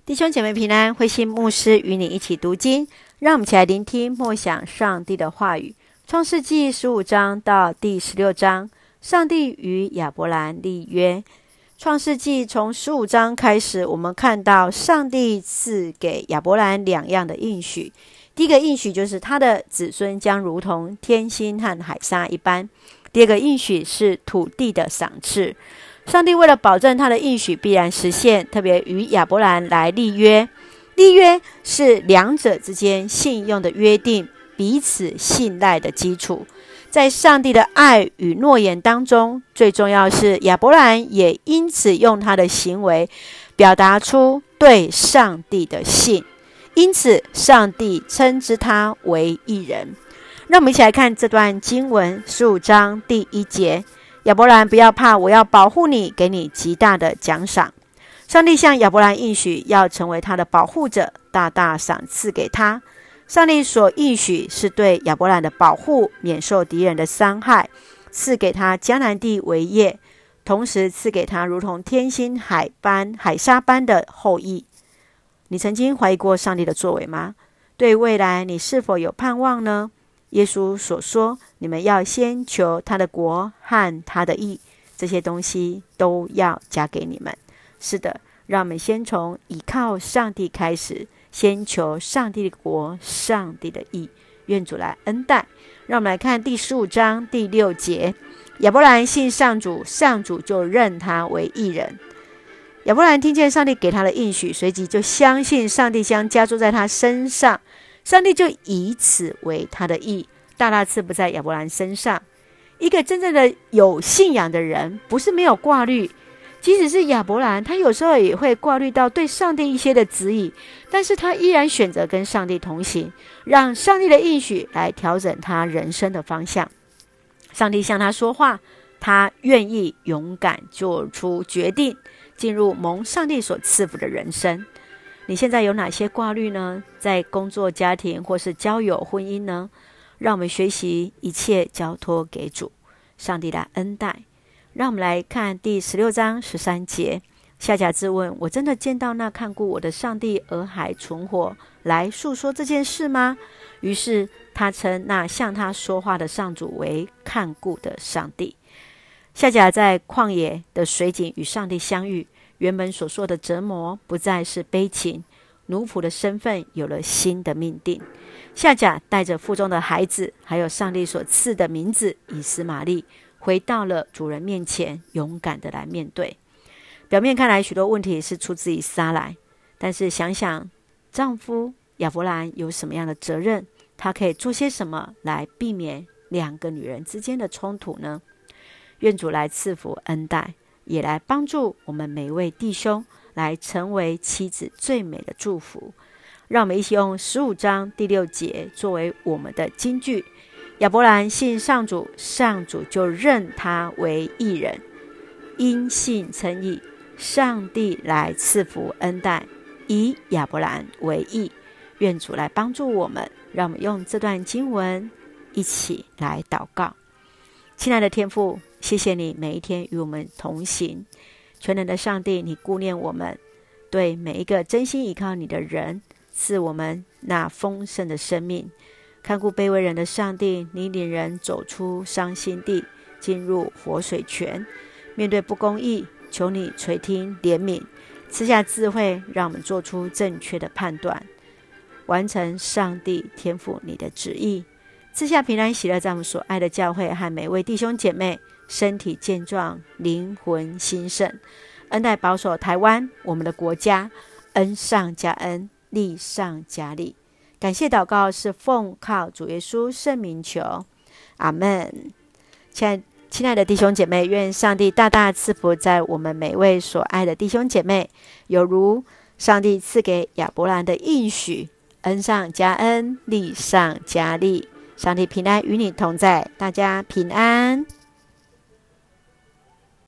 弟兄姐妹平安，慧馨牧师与你一起读经，让我们一起来聆听默想上帝的话语。创世纪15章到第16章，上帝与亚伯兰立约。创世纪从15章开始，我们看到上帝赐给亚伯兰两样的应许。第一个应许就是他的子孙将如同天星和海沙一般。第二个应许是土地的赏赐。上帝为了保证他的应许必然实现，特别与亚伯兰来立约。立约是两者之间信用的约定，彼此信赖的基础。在上帝的爱与诺言当中，最重要是亚伯兰也因此用他的行为表达出对上帝的信，因此上帝称之他为义人。让我们一起来看这段经文15章第1节，亚伯兰不要怕，我要保护你，给你极大的奖赏。上帝向亚伯兰应许要成为他的保护者，大大赏赐给他。上帝所应许是对亚伯兰的保护，免受敌人的伤害，赐给他迦南地为业，同时赐给他如同天星海沙般的后裔。你曾经怀疑过上帝的作为吗？对未来你是否有盼望呢？耶稣所说，你们要先求他的国和他的义，这些东西都要加给你们。是的，让我们先从倚靠上帝开始，先求上帝的国，上帝的义。愿主来恩待。让我们来看第15章第6节，亚伯兰信上主，上主就认他为义人。亚伯兰听见上帝给他的应许，随即就相信上帝将加诸在他身上，上帝就以此为他的义，大大赐福在亚伯兰身上。一个真正的有信仰的人，不是没有挂虑，即使是亚伯兰，他有时候也会挂虑到对上帝一些的指引，但是他依然选择跟上帝同行，让上帝的应许来调整他人生的方向。上帝向他说话，他愿意勇敢做出决定，进入蒙上帝所赐福的人生。你现在有哪些挂虑呢？在工作、家庭或是交友、婚姻呢？让我们学习一切交托给主，上帝来恩待。让我们来看第16章13节，夏甲自问，我真的见到那看顾我的上帝而还存活，来述说这件事吗？于是他称那向他说话的上主为看顾的上帝。夏甲在旷野的水井与上帝相遇，原本所受的折磨不再是悲情，奴仆的身份有了新的命定。夏甲带着腹中的孩子，还有上帝所赐的名字以斯玛利，回到了主人面前，勇敢的来面对。表面看来许多问题是出自于撒来，但是想想丈夫亚伯兰有什么样的责任，他可以做些什么来避免两个女人之间的冲突呢？愿主来赐福恩待，也来帮助我们每位弟兄来成为妻子最美的祝福。让我们一起用15章第6节作为我们的金句。亚伯兰信上主，上主就认他为义人，因信称义，上帝来赐福恩待，以亚伯兰为义。愿主来帮助我们，让我们用这段经文一起来祷告。亲爱的天父，谢谢你每一天与我们同行，全能的上帝，你顾念我们，对每一个真心依靠你的人赐我们那丰盛的生命。看顾卑微人的上帝，你领人走出伤心地，进入活水泉。面对不公义，求你垂听怜悯，赐下智慧，让我们做出正确的判断，完成上帝天父你的旨意。赐下平安喜乐，在我们所爱的教会和每位弟兄姐妹身体健壮，灵魂兴盛。恩待保守台湾我们的国家，恩上加恩，利上加利。感谢祷告是奉靠主耶稣圣名求，阿们。亲爱的弟兄姐妹，愿上帝大大赐福在我们每位所爱的弟兄姐妹，有如上帝赐给亚伯兰的应许，恩上加恩，利上加利。上帝平安与你同在，大家平安。